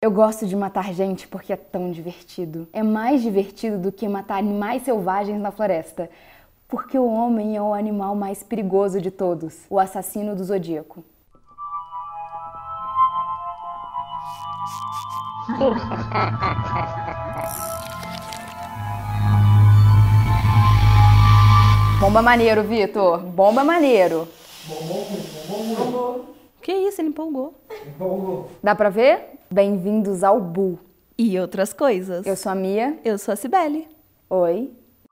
Eu gosto de matar gente porque é tão divertido. É mais divertido do que matar animais selvagens na floresta. Porque o homem é o animal mais perigoso de todos, o assassino do zodíaco. Bomba maneiro, Vitor. Bomba maneiro. Que isso, ele empolgou. Dá pra ver? Bem-vindos ao Bu. E outras coisas. Eu sou a Mia. Eu sou a Cibele. Oi.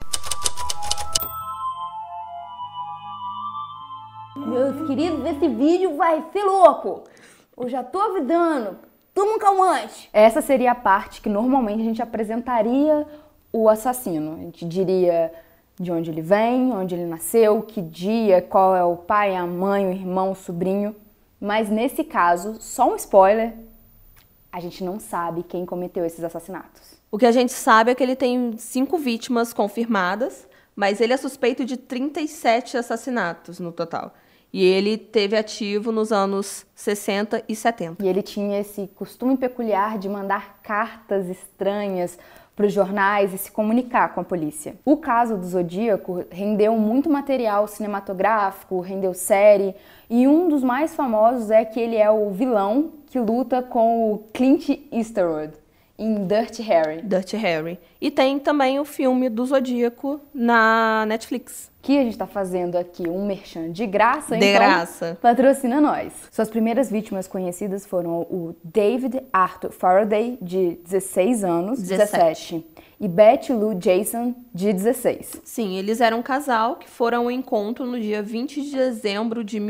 Meus queridos, esse vídeo vai ser louco. Eu já tô avisando. Toma um calmante. Essa seria a parte que normalmente a gente apresentaria o assassino. A gente diria de onde ele vem, onde ele nasceu, que dia, qual é o pai, a mãe, o irmão, o sobrinho. Mas nesse caso, só um spoiler, a gente não sabe quem cometeu esses assassinatos. O que a gente sabe é que ele tem 5 vítimas confirmadas, mas ele é suspeito de 37 assassinatos no total. E ele teve ativo nos anos 60 e 70. E ele tinha esse costume peculiar de mandar cartas estranhas para os jornais e se comunicar com a polícia. O caso do Zodíaco rendeu muito material cinematográfico, rendeu série, e um dos mais famosos é que ele é o vilão que luta com o Clint Eastwood em Dirty Harry. Dirty Harry. E tem também o filme do Zodíaco na Netflix. Que a gente tá fazendo aqui um merchan de graça, De então graça. patrocina nós. Suas primeiras vítimas conhecidas foram o David Arthur Faraday, de 16 anos, 17, e Betty Lou Jason, de 16. Sim, eles eram um casal que foram ao encontro no dia 20 de dezembro de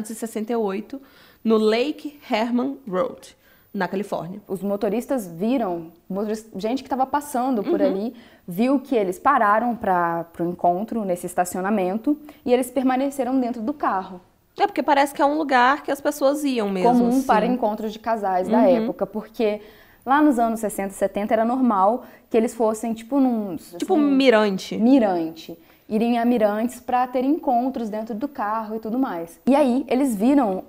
1968, no Lake Herman Road, na Califórnia. Os motoristas viram, gente que estava passando por ali, viu que eles pararam para o encontro nesse estacionamento e eles permaneceram dentro do carro. É porque parece que é um lugar que as pessoas iam mesmo. Comum assim. para encontros de casais da época, porque lá nos anos 60 e 70 era normal que eles fossem tipo num... Tipo assim, mirante. Mirante. Irem a mirantes para ter encontros dentro do carro e tudo mais. E aí eles viram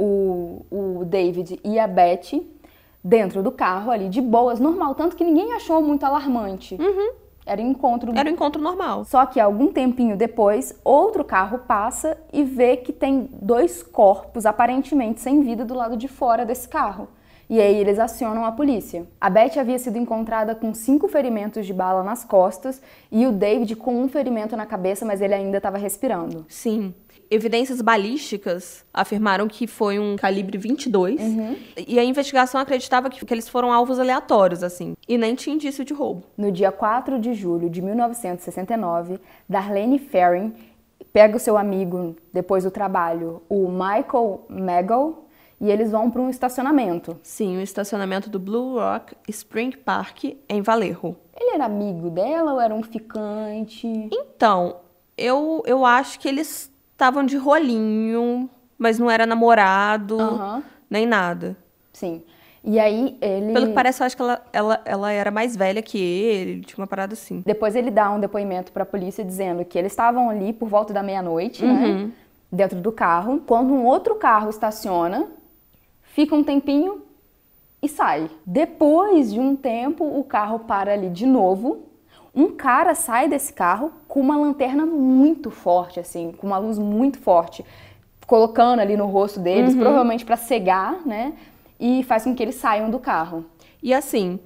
o David e a Betty dentro do carro ali, de boas, normal, tanto que ninguém achou muito alarmante. Era um encontro normal. Só que algum tempinho depois, outro carro passa e vê que tem 2 corpos aparentemente sem vida do lado de fora desse carro. E aí eles acionam a polícia. A Betty havia sido encontrada com 5 ferimentos de bala nas costas e o David com 1 ferimento na cabeça, mas ele ainda estava respirando. Sim. Evidências balísticas afirmaram que foi um calibre 22 e a investigação acreditava que eles foram alvos aleatórios, assim, e nem tinha indício de roubo. No dia 4 de julho de 1969, Darlene Ferrin pega o seu amigo depois do trabalho, o Michael Magel, e eles vão para um estacionamento. Sim, o estacionamento do Blue Rock Spring Park, em Vallejo. Ele era amigo dela ou era um ficante? Então, eu acho que eles estavam de rolinho, mas não era namorado, nem nada. Sim. E aí ele... Pelo que parece, eu acho que ela era mais velha que ele, tinha uma parada assim. Depois ele dá um depoimento para a polícia dizendo que eles estavam ali por volta da meia-noite, né? Dentro do carro. Quando um outro carro estaciona, fica um tempinho e sai. Depois de um tempo, o carro para ali de novo. Um cara sai desse carro com uma lanterna muito forte, assim, com uma luz muito forte, colocando ali no rosto deles, provavelmente para cegar, né? E faz com que eles saiam do carro. E assim,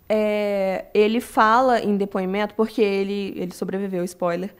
ele fala em depoimento, porque ele sobreviveu, spoiler.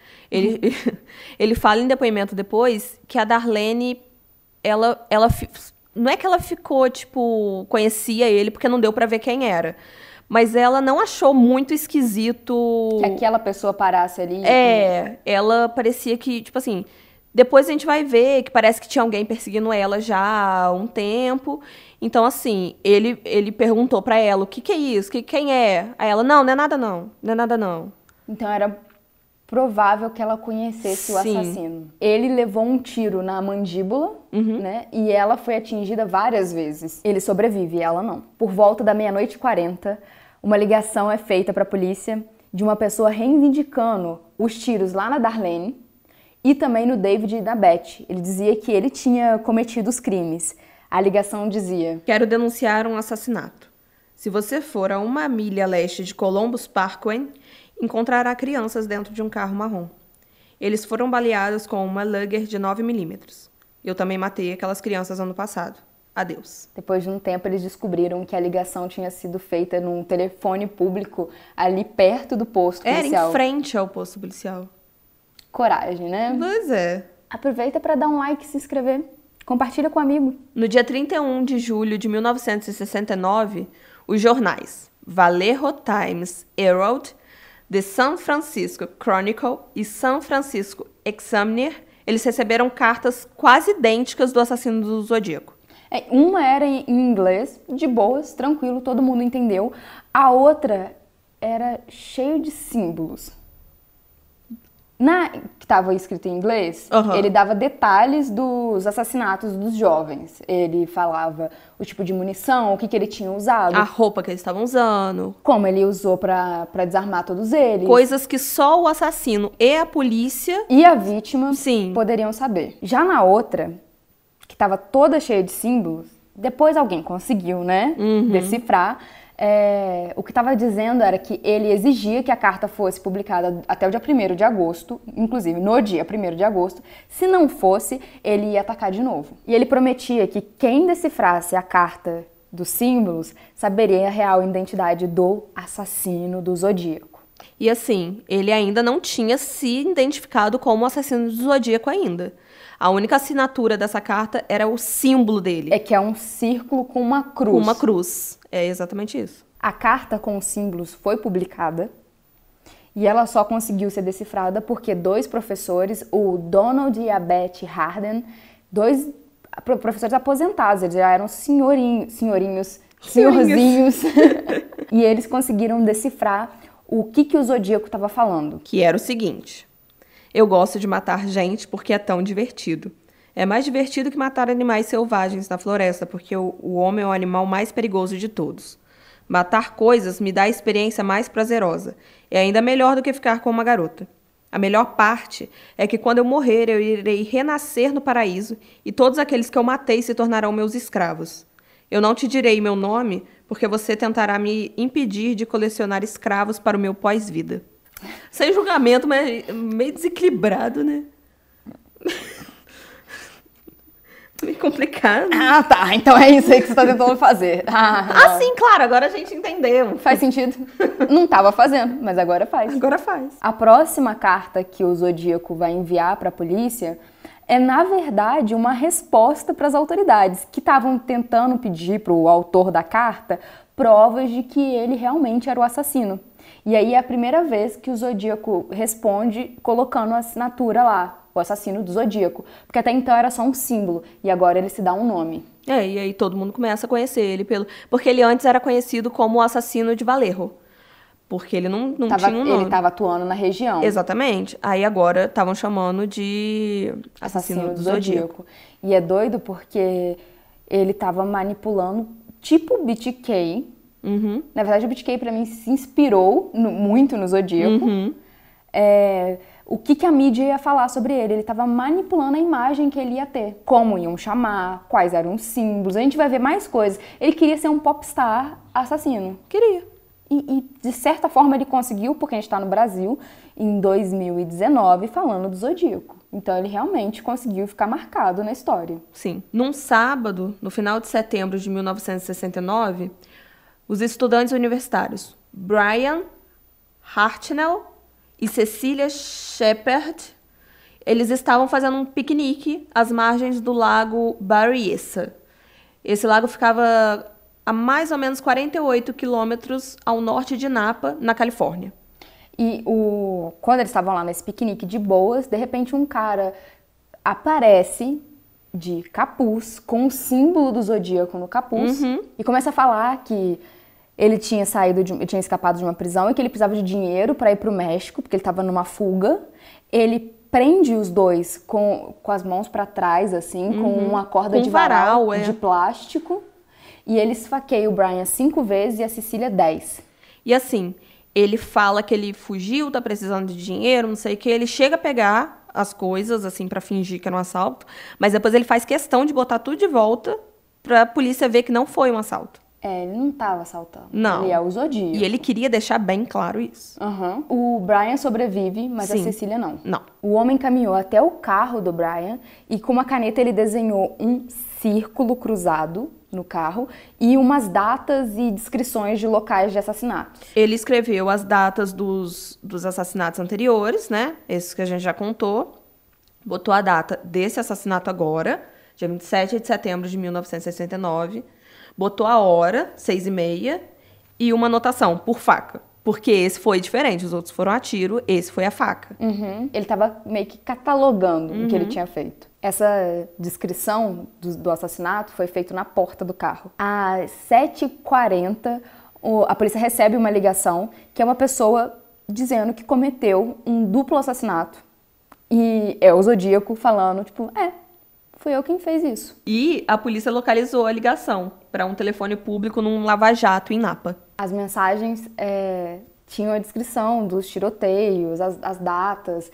Ele fala em depoimento depois que a Darlene, ela não é que ela ficou, tipo, conhecia ele, porque não deu para ver quem era. Mas ela não achou muito esquisito... Que aquela pessoa parasse ali... Ela parecia que, tipo assim... Depois a gente vai ver que parece que tinha alguém perseguindo ela já há um tempo. Então, assim, ele perguntou pra ela, o que é isso? Quem é? Aí ela, não é nada não. Não é nada não. Então era provável que ela conhecesse o assassino. Ele levou um tiro na mandíbula, né? E ela foi atingida várias vezes. Ele sobrevive e ela não. Por volta da 00:40, uma ligação é feita para a polícia de uma pessoa reivindicando os tiros lá na Darlene e também no David e na Betty. Ele dizia que ele tinha cometido os crimes. A ligação dizia: quero denunciar um assassinato. Se você for a 1 milha a leste de Columbus Parkway, encontrará crianças dentro de um carro marrom. Eles foram baleados com uma Luger de 9mm. Eu também matei aquelas crianças ano passado. Adeus. Depois de um tempo, eles descobriram que a ligação tinha sido feita num telefone público ali perto do posto policial. Era em frente ao posto policial. Coragem, né? Pois é. Aproveita para dar um like e se inscrever. Compartilha com um amigo. No dia 31 de julho de 1969, os jornais Vallejo Times Herald, The San Francisco Chronicle e San Francisco Examiner, eles receberam cartas quase idênticas do assassino do Zodíaco. Uma era em inglês, de boas, tranquilo, todo mundo entendeu. A outra era cheio de símbolos. Que estava escrito em inglês, ele dava detalhes dos assassinatos dos jovens. Ele falava o tipo de munição, o que ele tinha usado. A roupa que eles estavam usando. Como ele usou para desarmar todos eles. Coisas que só o assassino e a polícia... E a vítima Sim. poderiam saber. Já na outra, que estava toda cheia de símbolos, depois alguém conseguiu, né, decifrar. O que estava dizendo era que ele exigia que a carta fosse publicada até o dia 1º de agosto, inclusive no dia 1º de agosto. Se não fosse, ele ia atacar de novo. E ele prometia que quem decifrasse a carta dos símbolos saberia a real identidade do assassino do Zodíaco. E assim, ele ainda não tinha se identificado como assassino do Zodíaco ainda. A única assinatura dessa carta era o símbolo dele. Que é um círculo com uma cruz. Com uma cruz. É exatamente isso. A carta com os símbolos foi publicada e ela só conseguiu ser decifrada porque 2 professores, o Donald e a Betty Harden, 2 professores aposentados, eles já eram senhorzinhos, e eles conseguiram decifrar o que o Zodíaco estava falando. Que era o seguinte: eu gosto de matar gente porque é tão divertido. É mais divertido que matar animais selvagens na floresta, porque o homem é o animal mais perigoso de todos. Matar coisas me dá a experiência mais prazerosa. É ainda melhor do que ficar com uma garota. A melhor parte é que quando eu morrer, eu irei renascer no paraíso e todos aqueles que eu matei se tornarão meus escravos. Eu não te direi meu nome, porque você tentará me impedir de colecionar escravos para o meu pós-vida. Sem julgamento, mas meio desequilibrado, né? Meio complicado. Ah, tá. Então é isso aí que você tá tentando fazer. Sim, claro. Agora a gente entendeu. Faz sentido. Não tava fazendo, mas agora faz. Agora faz. A próxima carta que o Zodíaco vai enviar para a polícia é, na verdade, uma resposta para as autoridades que estavam tentando pedir para o autor da carta provas de que ele realmente era o assassino. E aí é a primeira vez que o Zodíaco responde colocando a assinatura lá, o assassino do Zodíaco. Porque até então era só um símbolo, e agora ele se dá um nome. E aí todo mundo começa a conhecer ele, porque ele antes era conhecido como o assassino de Vallejo. Porque ele não tinha um nome. Ele estava atuando na região. Exatamente. Aí agora estavam chamando de assassino do Zodíaco. E é doido porque ele estava manipulando tipo o BTK. Na verdade, o BTK pra mim se inspirou muito no Zodíaco. O que a mídia ia falar sobre ele. Ele estava manipulando a imagem que ele ia ter. Como iam chamar, quais eram os símbolos. A gente vai ver mais coisas. Ele queria ser um popstar assassino. Queria. E de certa forma ele conseguiu, porque a gente está no Brasil em 2019 falando do Zodíaco. Então ele realmente conseguiu ficar marcado na história. Sim. Num sábado, no final de setembro de 1969, os estudantes universitários Brian Hartnell e Cecilia Shepard, eles estavam fazendo um piquenique às margens do lago Berryessa. Esse lago ficava a mais ou menos 48 quilômetros ao norte de Napa, na Califórnia. E quando eles estavam lá nesse piquenique de boas, de repente um cara aparece de capuz, com o símbolo do Zodíaco no capuz, e começa a falar que ele tinha tinha escapado de uma prisão e que ele precisava de dinheiro para ir para o México, porque ele estava numa fuga. Ele prende os dois com as mãos para trás, assim, com uma corda de varal de plástico. E ele esfaqueia o Brian 5 vezes e a Cecília 10. E assim, ele fala que ele fugiu, tá precisando de dinheiro, não sei o que. Ele chega a pegar as coisas, assim, pra fingir que era um assalto. Mas depois ele faz questão de botar tudo de volta pra polícia ver que não foi um assalto. Ele não tava assaltando. Não. Ele é o Zodíaco. E ele queria deixar bem claro isso. O Brian sobrevive, mas a Cecília não. Não. O homem caminhou até o carro do Brian e com uma caneta ele desenhou um círculo cruzado no carro e umas datas e descrições de locais de assassinatos. Ele escreveu as datas dos assassinatos anteriores, né? Esses que a gente já contou. Botou a data desse assassinato agora, dia 27 de setembro de 1969. Botou a hora, 6h30, e uma anotação, por faca. Porque esse foi diferente, os outros foram a tiro, esse foi a faca. Ele estava meio que catalogando o que ele tinha feito. Essa descrição do assassinato foi feita na porta do carro. Às 7h40, a polícia recebe uma ligação que é uma pessoa dizendo que cometeu um duplo assassinato. E é o Zodíaco falando, tipo, fui eu quem fez isso. E a polícia localizou a ligação para um telefone público num lava-jato em Napa. As mensagens tinham a descrição dos tiroteios, as datas,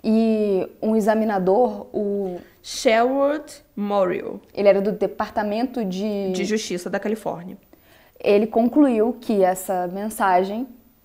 e um examinador, o Sherwood Morrill, ele era do Departamento de Justiça da Califórnia. Ele concluiu que essa mensagem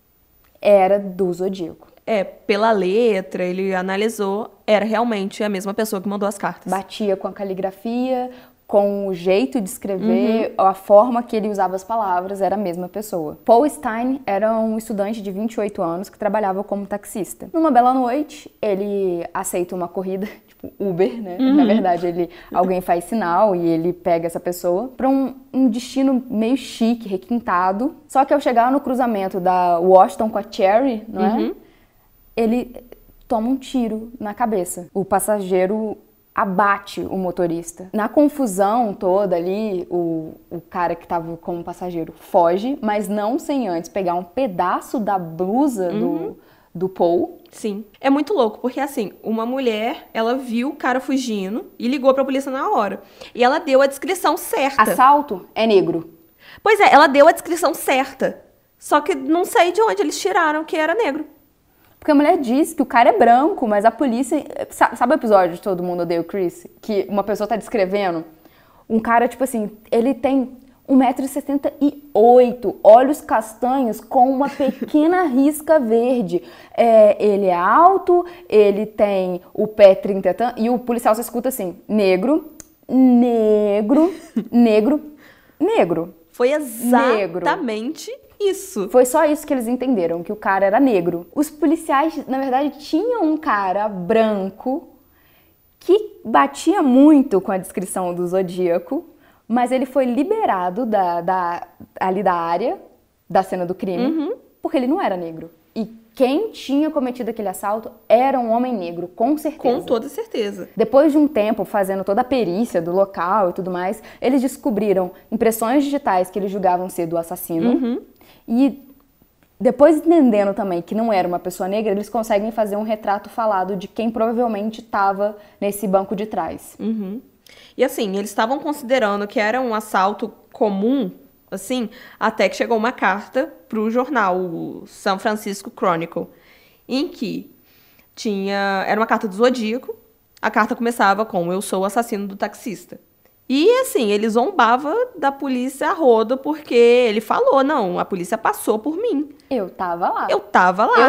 era do Zodíaco. Pela letra, ele analisou, era realmente a mesma pessoa que mandou as cartas. Batia com a caligrafia, com o jeito de escrever, a forma que ele usava as palavras, era a mesma pessoa. Paul Stine era um estudante de 28 anos que trabalhava como taxista. Numa bela noite, ele aceita uma corrida, tipo Uber, né? Na verdade, alguém faz sinal e ele pega essa pessoa para um destino meio chique, requintado. Só que ao chegar no cruzamento da Washington com a Cherry, não é? Ele toma um tiro na cabeça. O passageiro abate o motorista. Na confusão toda ali, o cara que estava como passageiro foge, mas não sem antes pegar um pedaço da blusa do Paul. Sim. É muito louco, porque assim, uma mulher, ela viu o cara fugindo e ligou pra polícia na hora. E ela deu a descrição certa. Assalto é negro. Pois é, ela deu a descrição certa. Só que não sei de onde eles tiraram que era negro. Porque a mulher diz que o cara é branco, mas a polícia... Sabe o episódio de Todo Mundo Odeia o Chris? Que uma pessoa tá descrevendo um cara, tipo assim, ele tem 1,78 m, olhos castanhos com uma pequena risca verde. Ele é alto, ele tem o pé 30 e o policial se escuta assim, negro, negro, negro, negro. Foi exatamente isso. Foi só isso que eles entenderam, que o cara era negro. Os policiais, na verdade, tinham um cara branco que batia muito com a descrição do Zodíaco, mas ele foi liberado ali da área, da cena do crime, porque ele não era negro. E quem tinha cometido aquele assalto era um homem negro, com certeza. Com toda certeza. Depois de um tempo fazendo toda a perícia do local e tudo mais, eles descobriram impressões digitais que eles julgavam ser do assassino. E depois entendendo também que não era uma pessoa negra, eles conseguem fazer um retrato falado de quem provavelmente estava nesse banco de trás. E assim, eles estavam considerando que era um assalto comum, assim, até que chegou uma carta pro jornal, o San Francisco Chronicle, em que era uma carta do Zodíaco, a carta começava com "Eu sou o assassino do taxista". E assim, ele zombava da polícia a rodo porque ele falou, não, a polícia passou por mim. Eu tava lá. Eu tava lá.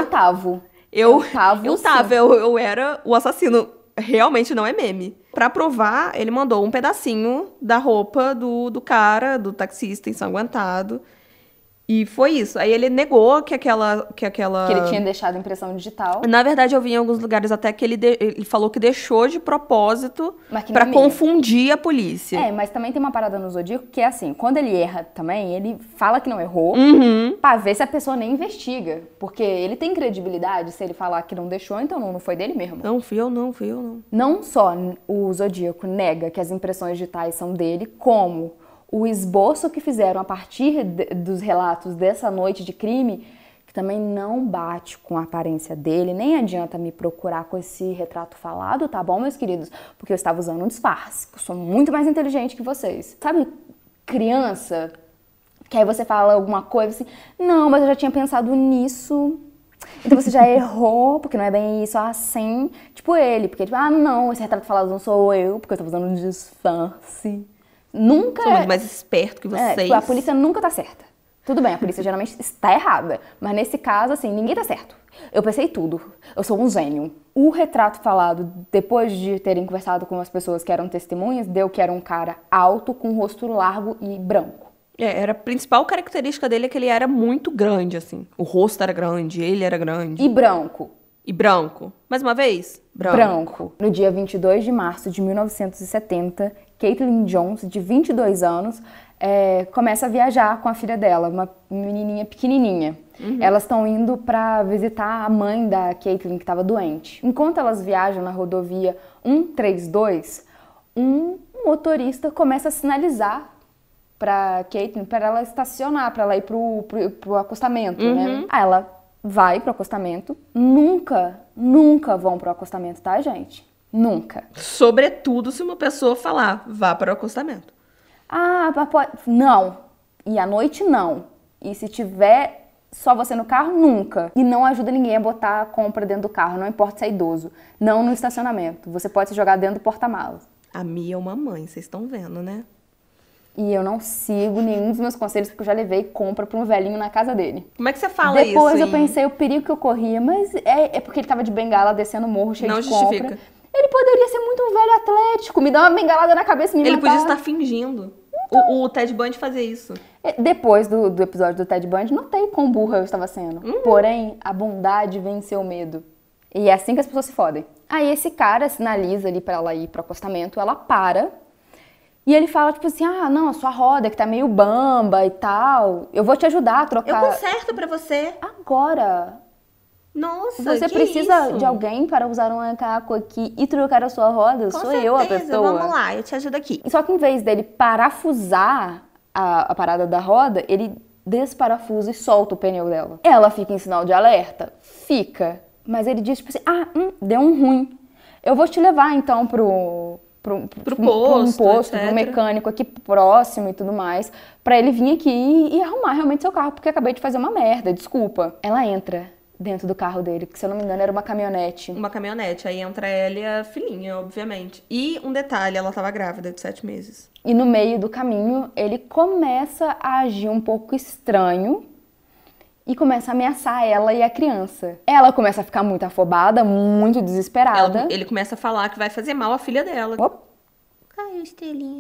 Eu era o assassino. Realmente não é meme. Pra provar, ele mandou um pedacinho da roupa do cara, do taxista ensanguentado. E foi isso. Aí ele negou que aquela... Que ele tinha deixado impressão digital. Na verdade, eu vi em alguns lugares até que ele falou que deixou de propósito pra confundir a polícia. Mas também tem uma parada no Zodíaco que é assim, quando ele erra também, ele fala que não errou, pra ver se a pessoa nem investiga. Porque ele tem credibilidade se ele falar que não deixou, então não foi dele mesmo. Não, fui eu não. Não só o Zodíaco nega que as impressões digitais são dele, como o esboço que fizeram a partir dos relatos dessa noite de crime, que também não bate com a aparência dele, nem adianta me procurar com esse retrato falado, tá bom, meus queridos? Porque eu estava usando um disfarce, eu sou muito mais inteligente que vocês. Sabe, criança, que aí você fala alguma coisa assim, não, mas eu já tinha pensado nisso, então você já errou, porque não é bem isso assim. Tipo ele, porque tipo, não, esse retrato falado não sou eu, porque eu estava usando um disfarce. nunca... Sou muito mais esperto que vocês. Tipo, a polícia nunca tá certa. Tudo bem, a polícia geralmente está errada. Mas nesse caso, assim, ninguém tá certo. Eu pensei tudo. Eu sou um gênio. O retrato falado, depois de terem conversado com as pessoas que eram testemunhas, deu que era um cara alto, com rosto largo e branco. Era a principal característica dele é que ele era muito grande, assim. O rosto era grande, ele era grande. E branco. E branco. Mais uma vez? Branco. No dia 22 de março de 1970, Caitlyn Jones, de 22 anos, começa a viajar com a filha dela, uma menininha pequenininha. Elas estão indo para visitar a mãe da Caitlyn, que estava doente. Enquanto elas viajam na rodovia 132, um motorista começa a sinalizar para Caitlyn para ela estacionar, para ela ir pro acostamento, né? Aí ela vai pro acostamento. Nunca vão pro acostamento, tá, gente? Nunca. Sobretudo se uma pessoa falar, vá para o acostamento. Não. E à noite, não. E se tiver só você no carro, nunca. E não ajuda ninguém a botar a compra dentro do carro, não importa se é idoso. Não no estacionamento. Você pode se jogar dentro do porta-malas. A Mia é uma mãe, vocês estão vendo, né? E eu não sigo nenhum dos meus conselhos, porque eu já levei compra para um velhinho na casa dele. Como é que você fala isso? Depois eu pensei o perigo que eu corria, mas é porque ele tava de bengala descendo o morro cheio de compra. Não justifica. Ele poderia ser muito um velho atlético, me dar uma bengalada na cabeça e me matar. Ele podia estar fingindo. Então, o Ted Bundy fazia isso. Depois do episódio do Ted Bundy, notei quão burra eu estava sendo. Porém, a bondade venceu o medo. E é assim que as pessoas se fodem. Aí esse cara sinaliza ali pra ela ir pro acostamento, ela para. E ele fala, tipo assim, não, a sua roda que tá meio bamba e tal. Eu vou te ajudar a trocar. Eu conserto pra você. Agora. Nossa, você precisa de alguém para usar um macaco aqui e trocar a sua roda? Sou eu a pessoa. Vamos lá, eu te ajudo aqui. Só que em vez dele parafusar a parada da roda, ele desparafusa e solta o pneu dela. Ela fica em sinal de alerta? Fica. Mas ele diz, tipo assim, deu um ruim. Eu vou te levar, então, pro posto, pro mecânico aqui próximo e tudo mais, pra ele vir aqui e arrumar realmente seu carro, porque eu acabei de fazer uma merda, desculpa. Ela entra dentro do carro dele, que se eu não me engano era uma caminhonete. Uma caminhonete, aí entra ela e a filhinha, obviamente. E um detalhe, ela tava grávida de 7 meses. E no meio do caminho, ele começa a agir um pouco estranho e começa a ameaçar ela e a criança. Ela começa a ficar muito afobada, muito desesperada. Ele começa a falar que vai fazer mal à filha dela. Opa. Caiu, estrelinha.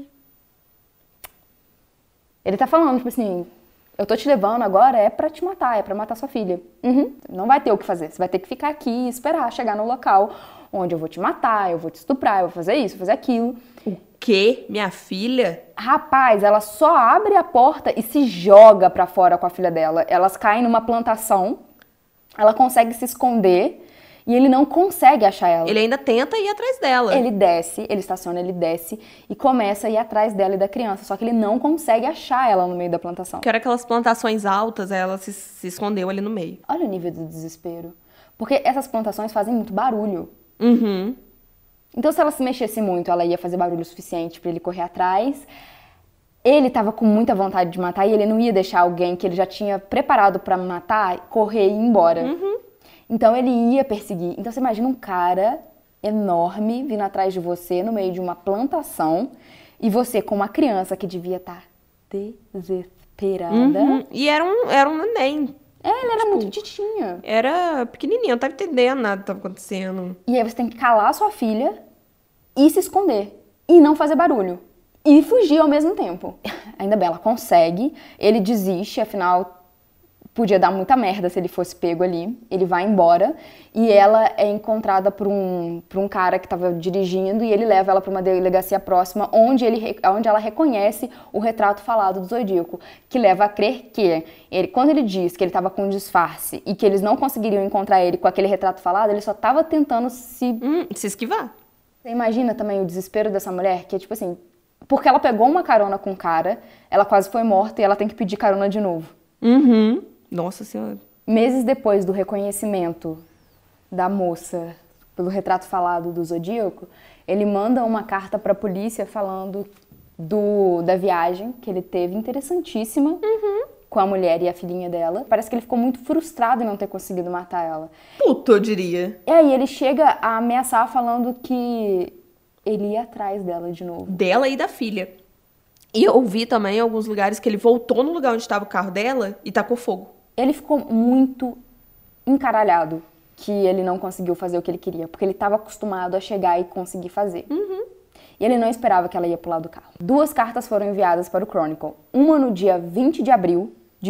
Ele tá falando, tipo assim, eu tô te levando agora é pra te matar, é pra matar sua filha. Não vai ter o que fazer, você vai ter que ficar aqui e esperar chegar no local onde eu vou te matar, eu vou te estuprar, eu vou fazer isso, vou fazer aquilo. O quê? Minha filha? Rapaz, ela só abre a porta e se joga pra fora com a filha dela. Elas caem numa plantação, ela consegue se esconder e ele não consegue achar ela. Ele ainda tenta ir atrás dela. Ele estaciona, ele desce e começa a ir atrás dela e da criança. Só que ele não consegue achar ela no meio da plantação. Que era aquelas plantações altas, ela se escondeu ali no meio. Olha o nível do desespero. Porque essas plantações fazem muito barulho. Então, se ela se mexesse muito, ela ia fazer barulho suficiente pra ele correr atrás. Ele tava com muita vontade de matar e ele não ia deixar alguém que ele já tinha preparado pra matar correr e ir embora. Então, ele ia perseguir. Então, você imagina um cara enorme vindo atrás de você no meio de uma plantação e você com uma criança que devia estar desesperada. E era um neném. Ele era muito titinha. Era pequenininho, não tava entendendo nada que tava acontecendo. E aí você tem que calar a sua filha e se esconder. E não fazer barulho. E fugir ao mesmo tempo. Ainda bem, ela consegue. Ele desiste, afinal podia dar muita merda se ele fosse pego ali. Ele vai embora e ela é encontrada por um cara que estava dirigindo e ele leva ela para uma delegacia próxima onde ela reconhece o retrato falado do Zodíaco, que leva a crer que quando ele diz que ele estava com um disfarce e que eles não conseguiriam encontrar ele com aquele retrato falado, ele só estava tentando se esquivar. Você imagina também o desespero dessa mulher, que é tipo assim, porque ela pegou uma carona com o cara, ela quase foi morta e ela tem que pedir carona de novo. Nossa Senhora. Meses depois do reconhecimento da moça pelo retrato falado do Zodíaco, ele manda uma carta para a polícia falando da viagem que ele teve, interessantíssima, com a mulher e a filhinha dela. Parece que ele ficou muito frustrado em não ter conseguido matar ela. Puto, eu diria. E aí ele chega a ameaçar falando que ele ia atrás dela de novo. Dela e da filha. E eu ouvi também em alguns lugares que ele voltou no lugar onde estava o carro dela e tacou fogo. Ele ficou muito encaralhado que ele não conseguiu fazer o que ele queria, porque ele estava acostumado a chegar e conseguir fazer. E ele não esperava que ela ia pular do carro. 2 cartas foram enviadas para o Chronicle. Uma no dia 20 de abril de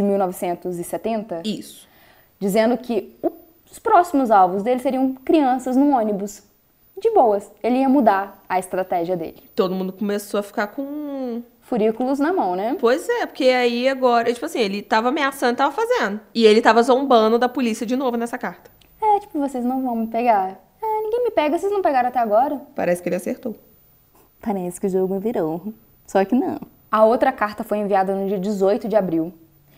1970. Isso. Dizendo que os próximos alvos dele seriam crianças num ônibus. De boas. Ele ia mudar a estratégia dele. Todo mundo começou a ficar com... furículos na mão, né? Pois é, porque aí agora, tipo assim, ele tava ameaçando e tava fazendo. E ele tava zombando da polícia de novo nessa carta. Tipo, vocês não vão me pegar. Ninguém me pega, vocês não pegaram até agora. Parece que ele acertou. Parece que o jogo virou. Só que não. A outra carta foi enviada no dia 18 de abril,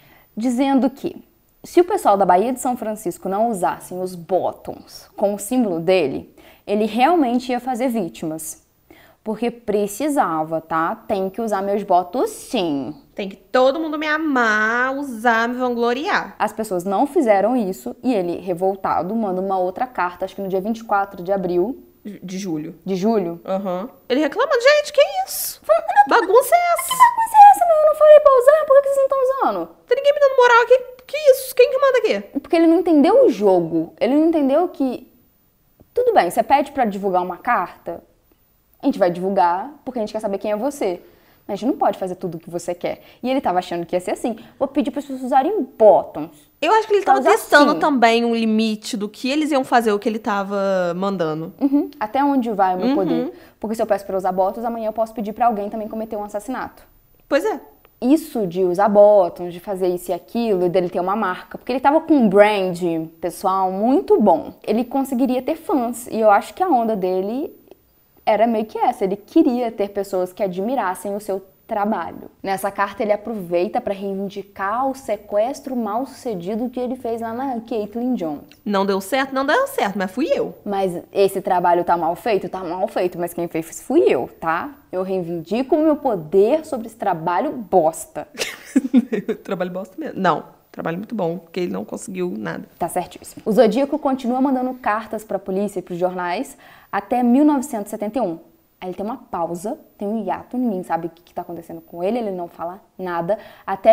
dizendo que se o pessoal da Baía de São Francisco não usassem os bottoms como símbolo dele, ele realmente ia fazer vítimas. Porque precisava, tá? Tem que usar meus botos sim. Tem que todo mundo me amar, usar, me vangloriar. As pessoas não fizeram isso e ele, revoltado, manda uma outra carta, acho que no dia 24 de abril. De julho. De julho? Ele reclamando, gente, que isso? Bagunça é essa? Que bagunça é essa, meu? Eu não falei pra usar, por que vocês não estão usando? Tem ninguém me dando moral aqui. Que isso? Quem que manda aqui? Porque ele não entendeu o jogo. Ele não entendeu que... Tudo bem, você pede pra divulgar uma carta, a gente vai divulgar porque a gente quer saber quem é você. Mas a gente não pode fazer tudo o que você quer. E ele tava achando que ia ser assim. Vou pedir para as pessoas usarem bottoms. Eu acho que ele tava testando assim também um limite do que eles iam fazer, o que ele tava mandando. Até onde vai o meu poder. Porque se eu peço para usar bottoms, amanhã eu posso pedir para alguém também cometer um assassinato. Pois é. Isso de usar bottoms, de fazer isso e aquilo, e dele ter uma marca. Porque ele tava com um brand pessoal muito bom. Ele conseguiria ter fãs. E eu acho que a onda dele era meio que essa. Ele queria ter pessoas que admirassem o seu trabalho. Nessa carta ele aproveita para reivindicar o sequestro mal sucedido que ele fez lá na Caitlyn Jones. Não deu certo, mas fui eu. Mas esse trabalho tá mal feito? Tá mal feito, mas quem fez fui eu, tá? Eu reivindico o meu poder sobre esse trabalho bosta. Trabalho bosta mesmo. Não, trabalho muito bom, porque ele não conseguiu nada. Tá certíssimo. O Zodíaco continua mandando cartas pra polícia e pros jornais até 1971. Aí ele tem uma pausa, tem um hiato, ninguém sabe o que tá acontecendo com ele, ele não fala nada. Até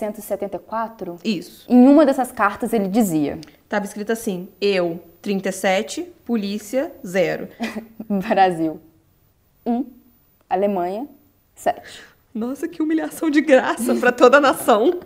1974. Isso. Em uma dessas cartas ele dizia... Tava escrito assim, eu, 37, polícia, 0. Brasil, 1. Alemanha, 7. Nossa, que humilhação de graça pra toda a nação.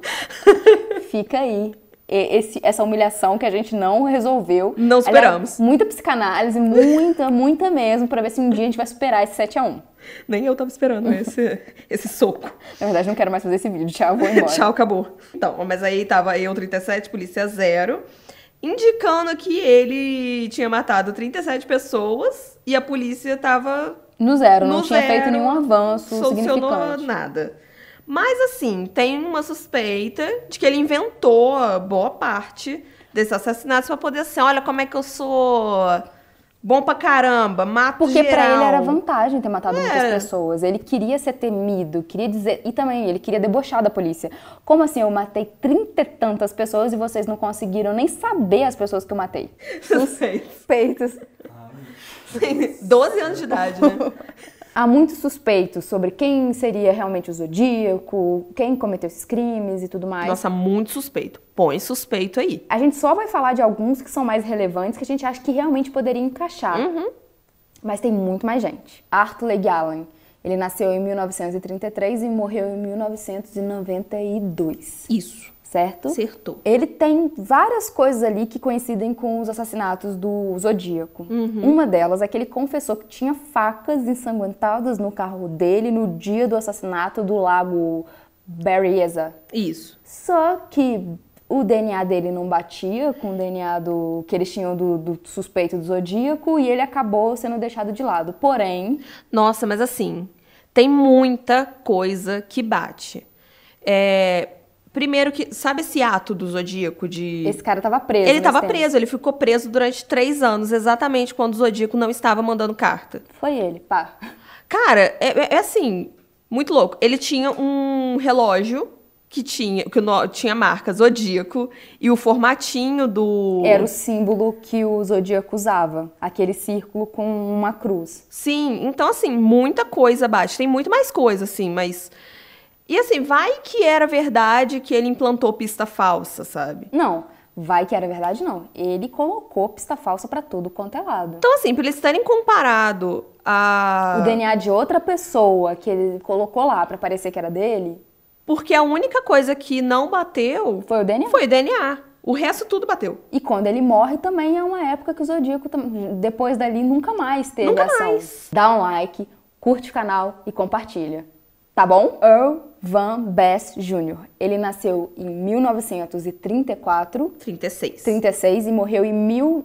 Fica aí. Essa humilhação que a gente não resolveu. Não superamos. Aliás, muita psicanálise, muita mesmo, pra ver se um dia a gente vai superar esse 7-1. Nem eu tava esperando esse soco. Na verdade, não quero mais fazer esse vídeo. Tchau, vou embora. Tchau, acabou. Então, mas aí tava eu, 37, polícia 0, indicando que ele tinha matado 37 pessoas e a polícia tava... No zero, não tinha feito nenhum avanço significante. Solucionou nada. Mas, assim, tem uma suspeita de que ele inventou boa parte desses assassinatos pra poder assim, olha como é que eu sou bom pra caramba, mato Porque geral. pra ele era vantagem ter matado muitas pessoas. Ele queria ser temido, queria dizer... E também, ele queria debochar da polícia. Como assim, eu matei 30 e tantas pessoas e vocês não conseguiram nem saber as pessoas que eu matei? Suspeitos. 12 anos de idade, né? Há muitos suspeitos sobre quem seria realmente o Zodíaco, quem cometeu esses crimes e tudo mais. Nossa, muito suspeito. Põe suspeito aí. A gente só vai falar de alguns que são mais relevantes, que a gente acha que realmente poderia encaixar. Mas tem muito mais gente. Arthur Legge Allen. Ele nasceu em 1933 e morreu em 1992. Isso. Certo? Acertou. Ele tem várias coisas ali que coincidem com os assassinatos do Zodíaco. Uma delas é que ele confessou que tinha facas ensanguentadas no carro dele no dia do assassinato do lago Berryessa. Isso. Só que o DNA dele não batia com o DNA que eles tinham do suspeito do Zodíaco e ele acabou sendo deixado de lado. Porém... Nossa, mas assim, tem muita coisa que bate. Primeiro que, sabe esse ato do Zodíaco de... Esse cara tava preso. Ele tava preso, ele ficou preso durante 3 anos, exatamente quando o Zodíaco não estava mandando carta. Foi ele, pá. Cara, é assim, muito louco. Ele tinha um relógio que tinha marca Zodíaco e o formatinho do... Era o símbolo que o Zodíaco usava, aquele círculo com uma cruz. Sim, então assim, muita coisa bate. Tem muito mais coisa, assim, mas... E assim, vai que era verdade que ele implantou pista falsa, sabe? Não, vai que era verdade, não. Ele colocou pista falsa pra tudo quanto é lado. Então, assim, pra eles terem comparado O DNA de outra pessoa que ele colocou lá pra parecer que era dele... Porque a única coisa que não bateu... Foi o DNA? Foi o DNA. O resto tudo bateu. E quando ele morre também é uma época que o Zodíaco, depois dali, nunca mais teve ação. Mais. Dá um like, curte o canal e compartilha. Tá bom? Earl Van Bass Jr. Ele nasceu em 1934. 36 e morreu em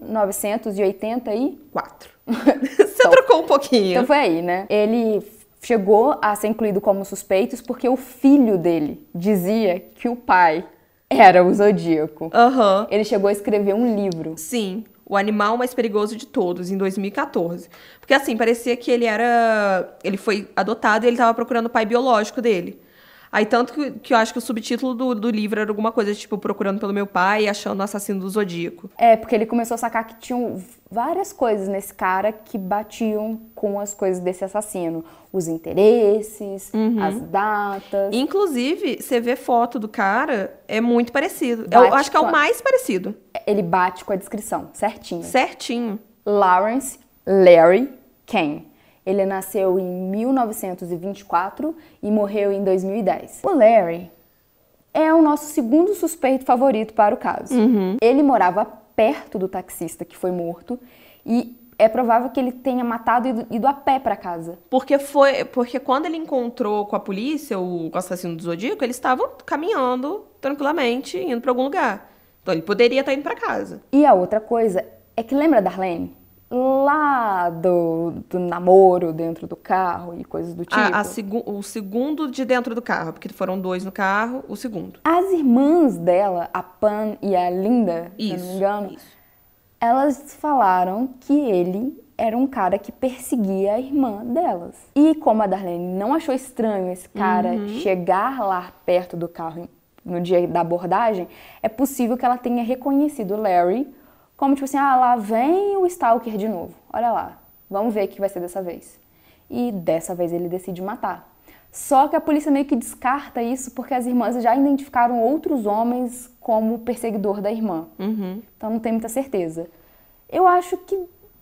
1984. Você trocou um pouquinho. Então foi aí, né? Ele chegou a ser incluído como suspeitos porque o filho dele dizia que o pai era o Zodíaco. Aham. Ele chegou a escrever um livro. Sim. O Animal Mais Perigoso de Todos, em 2014. Porque, assim, parecia que ele foi adotado e ele estava procurando o pai biológico dele. Aí, tanto que eu acho que o subtítulo do livro era alguma coisa, tipo, procurando pelo meu pai e achando o assassino do Zodíaco. É, porque ele começou a sacar que tinham várias coisas nesse cara que batiam com as coisas desse assassino. Os interesses, as datas. Inclusive, você vê foto do cara, é muito parecido. Eu acho que é o mais parecido. Ele bate com a descrição, certinho. Certinho. Lawrence Larry Kane. Ele nasceu em 1924 e morreu em 2010. O Larry é o nosso segundo suspeito favorito para o caso. Ele morava perto do taxista que foi morto e é provável que ele tenha matado e ido a pé para casa. Porque quando ele encontrou com a polícia o assassino do Zodíaco, eles estavam caminhando tranquilamente, indo para algum lugar. Então ele poderia estar indo para casa. E a outra coisa é que lembra da Darlene? Lá do namoro dentro do carro e coisas do tipo. O segundo de dentro do carro, porque foram 2 no carro, o segundo. As irmãs dela, a Pam e a Linda, se eu não me engano, elas falaram que ele era um cara que perseguia a irmã delas. E como a Darlene não achou estranho esse cara chegar lá perto do carro no dia da abordagem, é possível que ela tenha reconhecido o Larry como tipo assim, lá vem o Stalker de novo, olha lá, vamos ver o que vai ser dessa vez. E dessa vez ele decide matar. Só que a polícia meio que descarta isso porque as irmãs já identificaram outros homens como perseguidor da irmã. Então não tem muita certeza. Eu acho que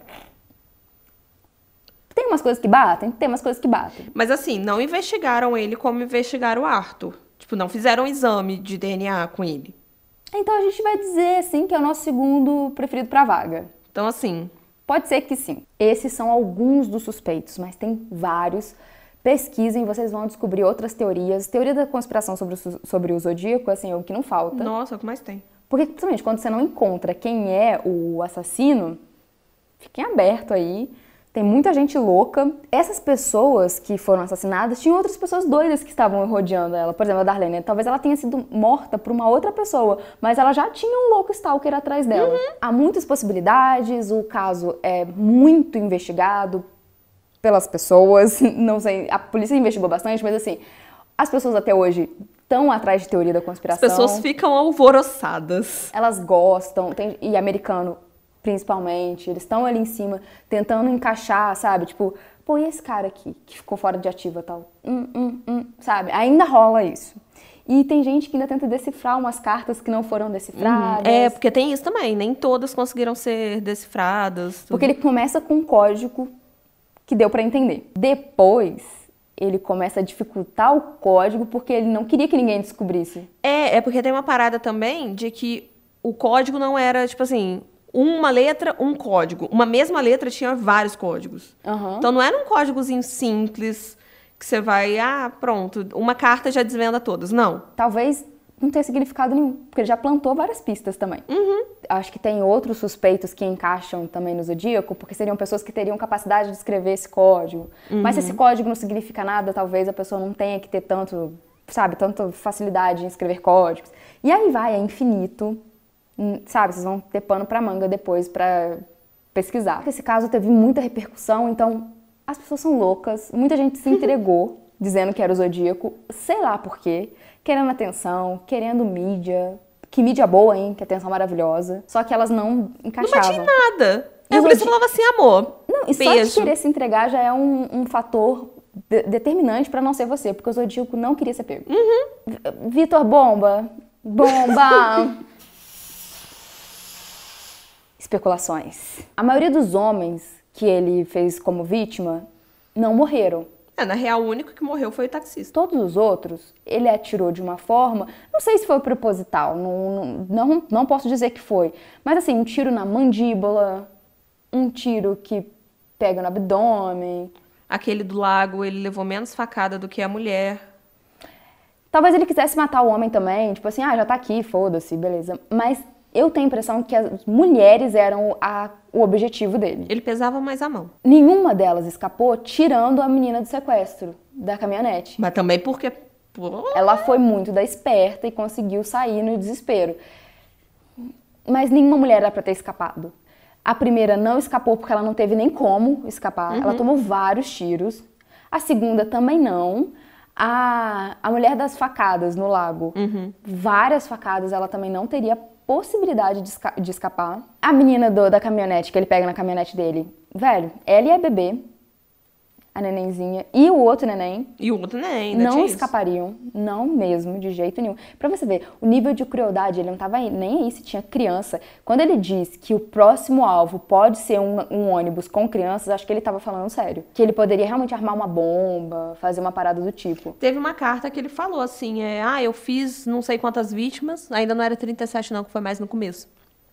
tem umas coisas que batem, tem umas coisas que batem. Mas assim, não investigaram ele como investigaram o Arthur. Tipo, não fizeram um exame de DNA com ele. Então a gente vai dizer, assim, que é o nosso segundo preferido pra vaga. Então, assim... Pode ser que sim. Esses são alguns dos suspeitos, mas tem vários. Pesquisem, vocês vão descobrir outras teorias. Teoria da conspiração sobre o Zodíaco, assim, é o que não falta. Nossa, é o que mais tem. Porque, principalmente, quando você não encontra quem é o assassino, fiquem abertos aí. Tem muita gente louca. Essas pessoas que foram assassinadas, tinham outras pessoas doidas que estavam rodeando ela. Por exemplo, a Darlene. Talvez ela tenha sido morta por uma outra pessoa, mas ela já tinha um louco stalker atrás dela. Há muitas possibilidades, o caso é muito investigado pelas pessoas. Não sei, a polícia investigou bastante, mas assim, as pessoas até hoje estão atrás de teoria da conspiração. As pessoas ficam alvoroçadas. Elas gostam, e americano... principalmente, eles estão ali em cima tentando encaixar, sabe? Tipo, pô, e esse cara aqui que ficou fora de ativa e tal? Sabe? Ainda rola isso. E tem gente que ainda tenta decifrar umas cartas que não foram decifradas. É, porque tem isso também, nem todas conseguiram ser decifradas. Tudo. Porque ele começa com um código que deu pra entender. Depois, ele começa a dificultar o código porque ele não queria que ninguém descobrisse. É porque tem uma parada também de que o código não era, tipo assim... uma letra, um código. Uma mesma letra tinha vários códigos. Então não era um códigozinho simples que você vai, pronto, uma carta já desvenda todas. Não. Talvez não tenha significado nenhum, porque ele já plantou várias pistas também. Acho que tem outros suspeitos que encaixam também no Zodíaco, porque seriam pessoas que teriam capacidade de escrever esse código. Mas se esse código não significa nada, talvez a pessoa não tenha que ter tanta facilidade em escrever códigos. E aí vai, é infinito. Sabe, vocês vão ter pano pra manga depois pra pesquisar. Esse caso teve muita repercussão, então as pessoas são loucas, muita gente se entregou dizendo que era o Zodíaco, sei lá por quê, querendo atenção, querendo mídia, que mídia boa, hein, que atenção maravilhosa, só que elas não encaixavam. Não bati em nada. A polícia falava assim, amor, não, e beijo. só de querer se entregar já é um fator determinante pra não ser você, porque o Zodíaco não queria ser pego. Vitor Bomba. Bomba! Especulações. A maioria dos homens que ele fez como vítima não morreram. Na real, o único que morreu foi o taxista. Todos os outros, ele atirou de uma forma, não sei se foi proposital, não posso dizer que foi, mas assim, um tiro na mandíbula, um tiro que pega no abdômen. Aquele do lago, ele levou menos facada do que a mulher. Talvez ele quisesse matar o homem também, tipo assim, já tá aqui, foda-se, beleza. Mas eu tenho a impressão que as mulheres eram o objetivo dele. Ele pesava mais a mão. Nenhuma delas escapou, tirando a menina do sequestro da caminhonete. Mas também porque... Ela foi muito da esperta e conseguiu sair no desespero. Mas nenhuma mulher era pra ter escapado. A primeira não escapou porque ela não teve nem como escapar. Ela tomou vários tiros. A segunda também não. A mulher das facadas no lago, várias facadas, ela também não teria possibilidade de escapar. A menina da caminhonete, que ele pega na caminhonete dele, velho, ela e a bebê, a nenenzinha, e o outro neném, não escapariam, não mesmo, de jeito nenhum. Pra você ver, o nível de crueldade, ele não tava nem aí se tinha criança. Quando ele diz que o próximo alvo pode ser um ônibus com crianças, acho que ele tava falando sério. Que ele poderia realmente armar uma bomba, fazer uma parada do tipo. Teve uma carta que ele falou assim, eu fiz não sei quantas vítimas, ainda não era 37 não, que foi mais no começo.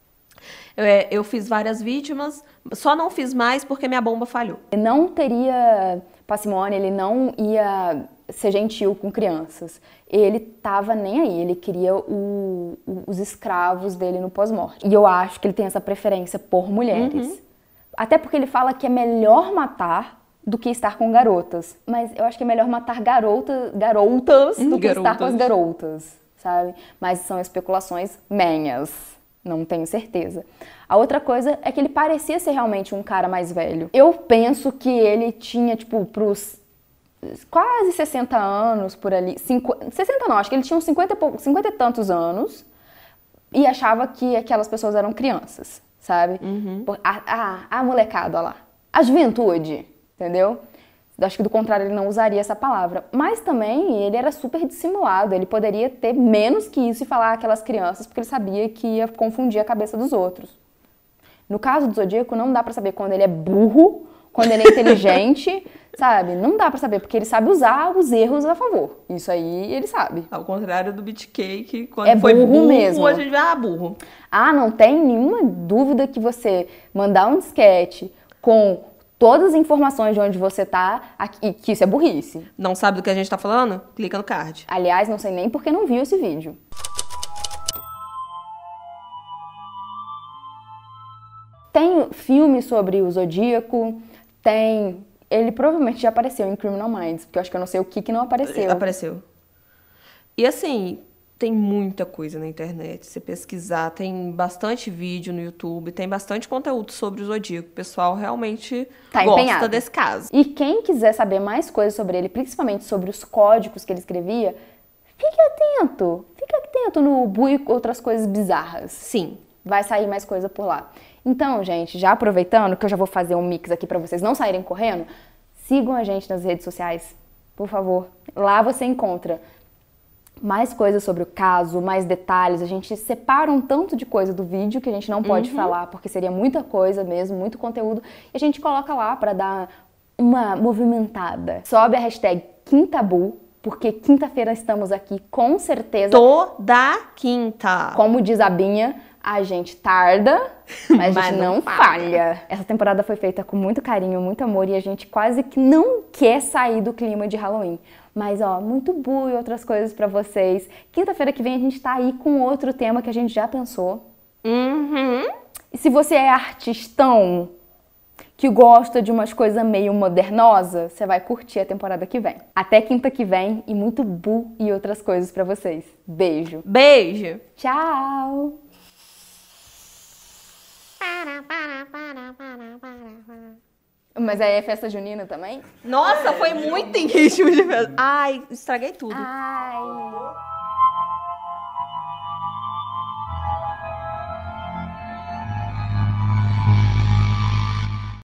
Eu fiz várias vítimas, só não fiz mais porque minha bomba falhou. Ele não teria parcimônia, ele não ia ser gentil com crianças. Ele tava nem aí, ele queria os escravos dele no pós-morte. E eu acho que ele tem essa preferência por mulheres. Até porque ele fala que é melhor matar do que estar com garotas. Mas eu acho que é melhor matar garotas do que estar com as garotas, sabe? Mas são especulações menhas. Não tenho certeza. A outra coisa é que ele parecia ser realmente um cara mais velho. Eu penso que ele tinha, tipo, pros quase 60 anos, por ali. 60 não, acho que ele tinha uns 50 e tantos anos e achava que aquelas pessoas eram crianças, sabe? A molecada, olha lá. A juventude, entendeu? Acho que do contrário ele não usaria essa palavra. Mas também ele era super dissimulado. Ele poderia ter menos que isso e falar aquelas crianças porque ele sabia que ia confundir a cabeça dos outros. No caso do Zodíaco, não dá pra saber quando ele é burro, quando ele é inteligente, sabe? Não dá pra saber porque ele sabe usar os erros a favor. Isso aí ele sabe. Ao contrário do Beatcake, quando é foi burro mesmo. A gente vai, burro. Não tem nenhuma dúvida que você mandar um disquete com todas as informações de onde você tá, que isso é burrice. Não sabe do que a gente tá falando? Clica no card. Aliás, não sei nem porque não viu esse vídeo. Tem filme sobre o Zodíaco, ele provavelmente já apareceu em Criminal Minds, porque eu acho que eu não sei o que não apareceu. Apareceu. E assim, tem muita coisa na internet. Se pesquisar, tem bastante vídeo no YouTube, tem bastante conteúdo sobre o Zodíaco. O pessoal realmente gosta desse caso. E quem quiser saber mais coisas sobre ele, principalmente sobre os códigos que ele escrevia, fique atento no Bu e outras coisas bizarras. Sim. Vai sair mais coisa por lá. Então, gente, já aproveitando que eu já vou fazer um mix aqui pra vocês não saírem correndo, sigam a gente nas redes sociais, por favor. Lá você encontra mais coisas sobre o caso, mais detalhes. A gente separa um tanto de coisa do vídeo que a gente não pode falar, porque seria muita coisa mesmo, muito conteúdo. E a gente coloca lá pra dar uma movimentada. Sobe a hashtag Quintabu, porque quinta-feira estamos aqui com certeza. Toda quinta. Como diz a Binha, a gente tarda, mas a gente não falha. Essa temporada foi feita com muito carinho, muito amor e a gente quase que não quer sair do clima de Halloween. Mas, muito Bu e outras coisas pra vocês. Quinta-feira que vem a gente tá aí com outro tema que a gente já pensou. E se você é artistão que gosta de umas coisas meio modernosa, você vai curtir a temporada que vem. Até quinta que vem e muito Bu e outras coisas pra vocês. Beijo. Beijo. Tchau. Mas aí é festa junina também? Nossa, foi muito em ritmo de festa. Ai, estraguei tudo.